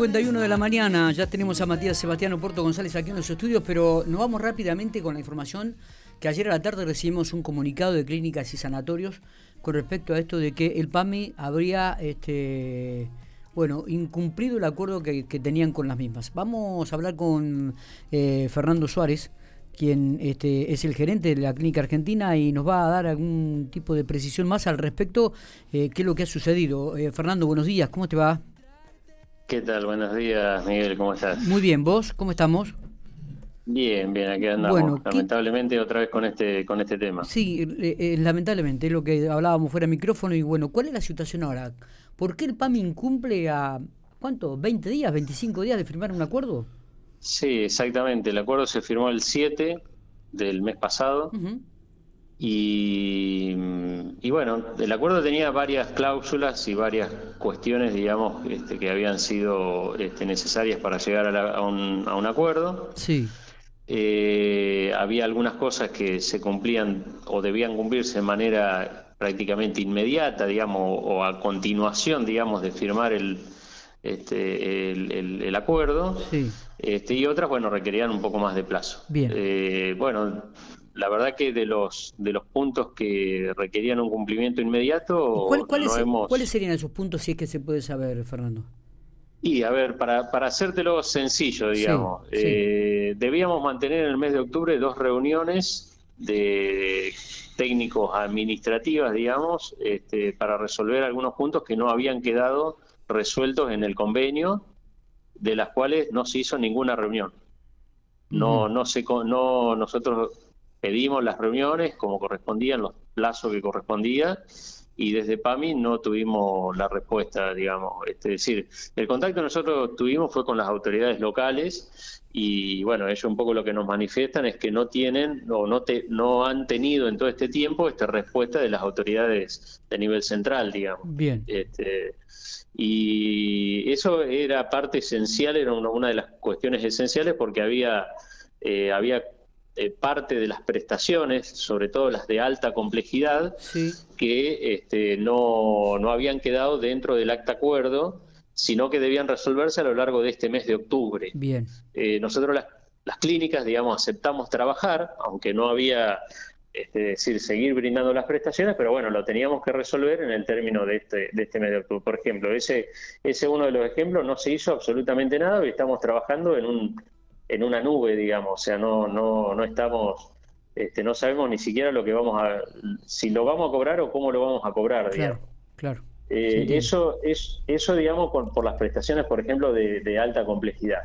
8:51 de la mañana, ya tenemos a Matías Sebastián Oporto González aquí en los estudios, pero nos vamos rápidamente con la información que ayer a la tarde recibimos un comunicado de clínicas y sanatorios con respecto a esto de que el PAMI habría incumplido el acuerdo que tenían con las mismas. Vamos a hablar con Fernando Suárez, quien es el gerente de la Clínica Argentina y nos va a dar algún tipo de precisión más al respecto, qué es lo que ha sucedido. Fernando, buenos días, ¿cómo te va? ¿Qué tal? Buenos días, Miguel, ¿cómo estás? Muy bien, ¿vos? ¿Cómo estamos? Bien, aquí andamos. Bueno, lamentablemente otra vez con este tema. Sí, lamentablemente, es lo que hablábamos fuera de micrófono. Y bueno, ¿cuál es la situación ahora? ¿Por qué el PAMI incumple a, ¿cuánto? ¿20 días, 25 días de firmar un acuerdo? Sí, exactamente. El acuerdo se firmó el 7 del mes pasado. Uh-huh. Y bueno, el acuerdo tenía varias cláusulas y varias cuestiones, digamos, que habían sido necesarias para llegar a un acuerdo. Sí. Había algunas cosas que se cumplían o debían cumplirse de manera prácticamente inmediata, digamos, o a continuación, digamos, de firmar el acuerdo. Sí. Y otras, bueno, requerían un poco más de plazo. Bien. Bueno, la verdad que de los puntos que requerían un cumplimiento inmediato, ¿Cuáles serían esos puntos, si es que se puede saber, Fernando? Y a ver, para hacértelo sencillo, digamos, sí. Debíamos mantener en el mes de octubre 2 reuniones de técnicos administrativas, digamos, para resolver algunos puntos que no habían quedado resueltos en el convenio, de las cuales no se hizo ninguna reunión. Nosotros pedimos las reuniones como correspondían, los plazos que correspondía, y desde PAMI no tuvimos la respuesta, digamos. Es decir, el contacto que nosotros tuvimos fue con las autoridades locales, y bueno, ellos un poco lo que nos manifiestan es que no tienen o no han tenido en todo este tiempo respuesta de las autoridades de nivel central, digamos. Bien. Y eso era parte esencial, era una de las cuestiones esenciales, porque había parte de las prestaciones, sobre todo las de alta complejidad, sí, que no habían quedado dentro del acta acuerdo, sino que debían resolverse a lo largo de este mes de octubre. Bien. Nosotros las clínicas, digamos, aceptamos trabajar, aunque no había, seguir brindando las prestaciones, pero bueno, lo teníamos que resolver en el término de este mes de octubre. Por ejemplo, ese uno de los ejemplos, no se hizo absolutamente nada y estamos trabajando en una nube, digamos, o sea, no estamos, no sabemos ni siquiera si lo vamos a cobrar o cómo lo vamos a cobrar, digamos. Claro. Eso, digamos, por las prestaciones, por ejemplo, de alta complejidad.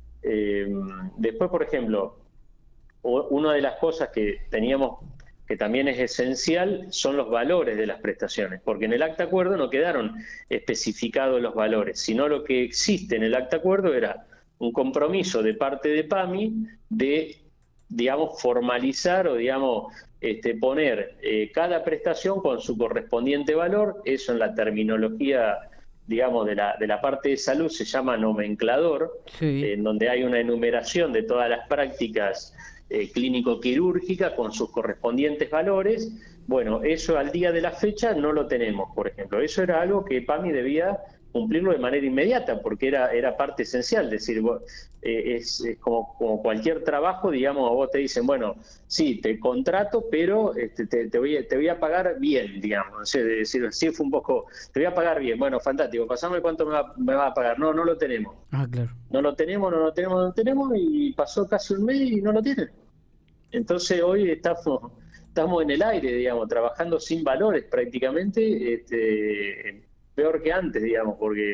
Después, por ejemplo, una de las cosas que teníamos, que también es esencial, son los valores de las prestaciones, porque en el acta acuerdo no quedaron especificados los valores, sino lo que existe en el acta acuerdo era un compromiso de parte de PAMI de, digamos, formalizar o, digamos, poner cada prestación con su correspondiente valor. Eso en la terminología, digamos, de la parte de salud se llama nomenclador, en donde hay una enumeración de todas las prácticas clínico-quirúrgicas con sus correspondientes valores. Bueno, eso al día de la fecha no lo tenemos, por ejemplo. Eso era algo que PAMI debía cumplirlo de manera inmediata, porque era parte esencial. Es decir, es como cualquier trabajo, digamos, a vos te dicen, bueno, sí, te contrato, pero te voy a pagar bien, digamos. Es decir, sí, fue un poco, te voy a pagar bien. Bueno, fantástico, pasame cuánto me va a pagar. No lo tenemos. Claro. No lo tenemos, y pasó casi un mes y no lo tienen. Entonces hoy estamos en el aire, digamos, trabajando sin valores prácticamente, peor que antes, digamos, porque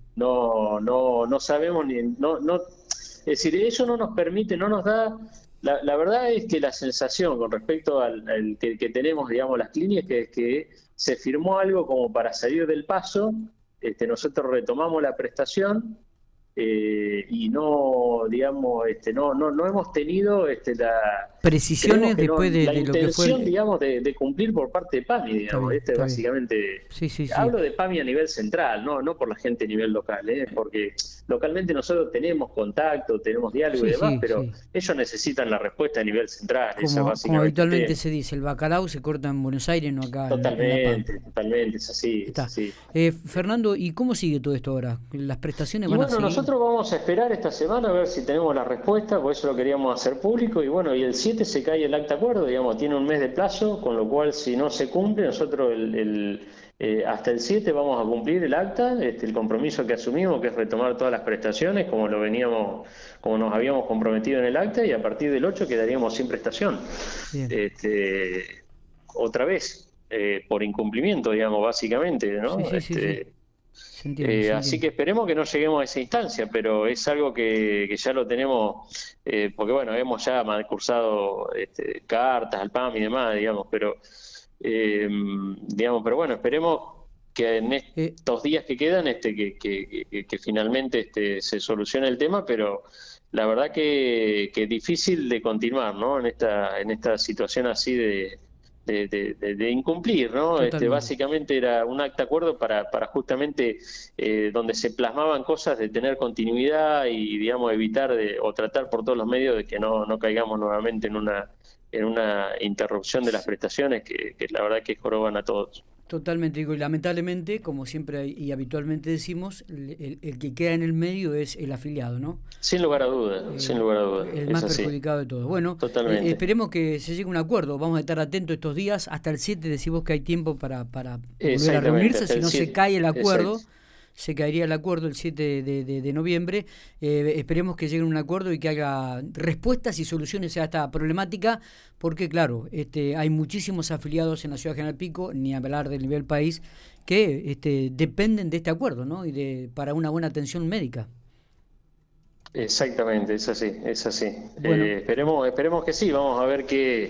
no sabemos es decir, eso no nos permite, no nos da. La verdad es que la sensación con respecto al que tenemos, digamos, las clínicas, es que se firmó algo como para salir del paso. Nosotros retomamos la prestación, y no, digamos, no hemos tenido precisiones después de la lo que fue intención, digamos, de cumplir por parte de PAMI, digamos. Básicamente, sí. hablo de PAMI a nivel central, no por la gente a nivel local, porque localmente nosotros tenemos contacto, tenemos diálogo y demás, pero sí. ellos necesitan la respuesta a nivel central. Esa Como básicamente el habitualmente tema. se dice, el bacalao se corta en Buenos Aires, no acá en La Pampa. Totalmente, totalmente, es así, es Está. así. Fernando, ¿y cómo sigue todo esto ahora? ¿Las prestaciones Y van a bueno, seguir? nosotros vamos a esperar esta semana a ver si tenemos la respuesta, por eso lo queríamos hacer público. Y bueno, y el 7 se cae el acta acuerdo, digamos, tiene un mes de plazo, con lo cual si no se cumple, nosotros hasta el 7 vamos a cumplir el acta, el compromiso que asumimos, que es retomar todas las prestaciones, como nos habíamos comprometido en el acta, y a partir del 8 quedaríamos sin prestación. Bien, Otra vez, por incumplimiento, digamos, básicamente, ¿no? sí. Se entiende, se Así entiende. que esperemos que no lleguemos a esa instancia, pero es algo que ya lo tenemos, porque bueno, hemos ya cursado cartas al PAM y demás, digamos, pero bueno, esperemos que en Eh, estos días que quedan, que finalmente se solucione el tema, pero la verdad que difícil de continuar, ¿no? En esta situación así de incumplir, ¿no? Totalmente. Básicamente era un acta acuerdo para justamente donde se plasmaban cosas de tener continuidad y, digamos, evitar o tratar por todos los medios de que no caigamos nuevamente en una interrupción de las prestaciones que la verdad que joroban a todos. Totalmente, digo, y lamentablemente, como siempre y habitualmente decimos, el que queda en el medio es el afiliado, ¿no? Sin lugar a dudas, sin lugar a dudas, El es más así, perjudicado de todos. Bueno, totalmente. esperemos que se llegue a un acuerdo. Vamos a estar atentos estos días. Hasta el 7 decimos que hay tiempo para volver a Exactamente, reunirse. hasta Si el no se 7, cae el acuerdo, exacto. se caería el acuerdo el 7 de noviembre. Esperemos que llegue a un acuerdo y que haya respuestas y soluciones a esta problemática, porque claro, hay muchísimos afiliados en la ciudad de General Pico, ni hablar del nivel país, que dependen de este acuerdo, ¿no? Para una buena atención médica. Exactamente, es así, es así. Bueno, Esperemos que sí, vamos a ver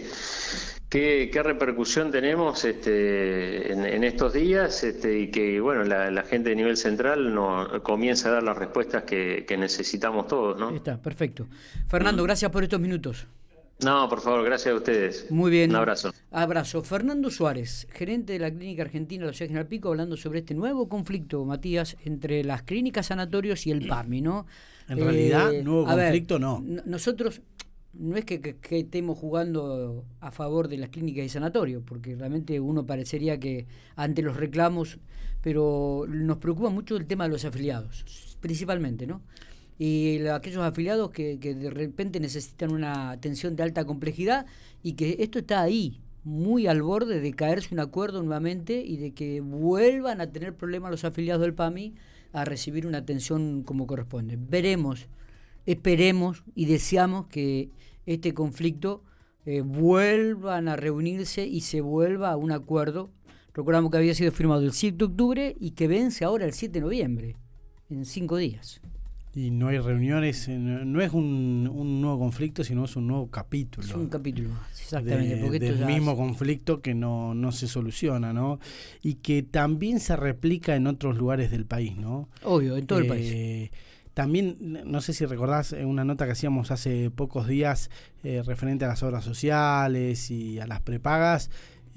qué repercusión tenemos en estos días y que bueno la gente de nivel central comienza a dar las respuestas que necesitamos todos, ¿no? está, perfecto. Fernando, Mm. gracias por estos minutos. No, por favor, gracias a ustedes. Muy Un bien. abrazo. Abrazo. Fernando Suárez, gerente de la Clínica Argentina de la Ciudad de General Pico, hablando sobre este nuevo conflicto, Matías, entre las clínicas sanatorios y el PAMI, ¿no? En realidad, nuevo A ver, conflicto no. nosotros no es que estemos jugando a favor de las clínicas y sanatorios, porque realmente uno parecería que ante los reclamos, pero nos preocupa mucho el tema de los afiliados, principalmente, ¿no? Y aquellos afiliados que de repente necesitan una atención de alta complejidad y que esto está ahí, muy al borde de caerse un acuerdo nuevamente y de que vuelvan a tener problemas los afiliados del PAMI a recibir una atención como corresponde. Veremos, esperemos y deseamos que este conflicto vuelvan a reunirse y se vuelva a un acuerdo. Recordamos que había sido firmado el 7 de octubre y que vence ahora el 7 de noviembre, en 5 días. Y no hay reuniones, no es un nuevo conflicto, sino es un nuevo capítulo. Es un capítulo más, exactamente. Porque esto del ya mismo conflicto que no se soluciona, ¿no? Y que también se replica en otros lugares del país, ¿no? obvio, en todo el país. También, no sé si recordás una nota que hacíamos hace pocos días referente a las obras sociales y a las prepagas.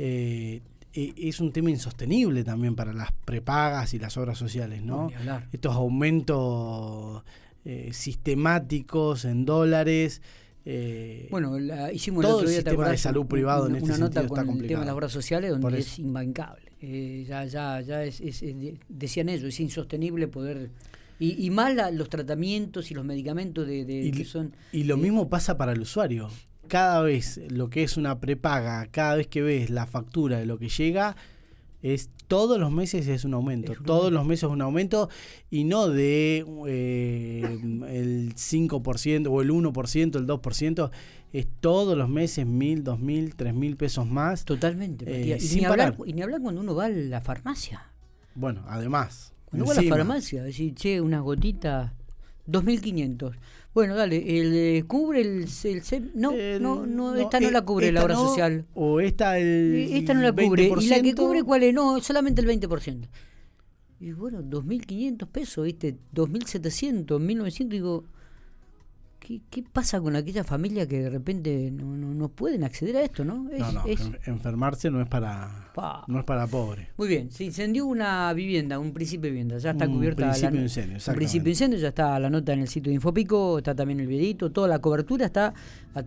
Es un tema insostenible también para las prepagas y las obras sociales, ¿no? Ni hablar. Estos aumentos sistemáticos en dólares. Bueno, hicimos el todo otro día, el ¿te sistema acordás? de salud privado en este una nota sentido con está el tema complicado. de las obras sociales Por donde eso. es imbancable. Decían decían eso, es insostenible poder... Y más los tratamientos y los medicamentos que son... Y lo mismo pasa para el usuario. Cada vez lo que es una prepaga, cada vez que ves la factura de lo que llega, todos los meses es un aumento. Todos los meses es un aumento y no de el 5% o el 1%, el 2%. Es todos los meses 1.000, 2.000, 3.000 pesos más. Totalmente. Y sin ni hablar cuando uno va a la farmacia. Bueno, además. Cuando va a la farmacia, decir, che, unas gotitas, 2.500. Bueno, dale, ¿cubre el CEP? No, esta no la cubre la obra social. O esta esta no la cubre. 20%. ¿Y la que cubre cuál es? No, solamente el 20%. Y bueno, 2.500 pesos, ¿viste? 2.700, 1.900, digo... ¿Qué pasa con aquella familia que de repente no pueden acceder a esto, no? Enfermarse no es para pobres. Muy bien, se incendió una vivienda, un principio de vivienda, ya está cubierta. Un principio de incendio, ya está la nota en el sitio de Infopico, está también el videito, toda la cobertura está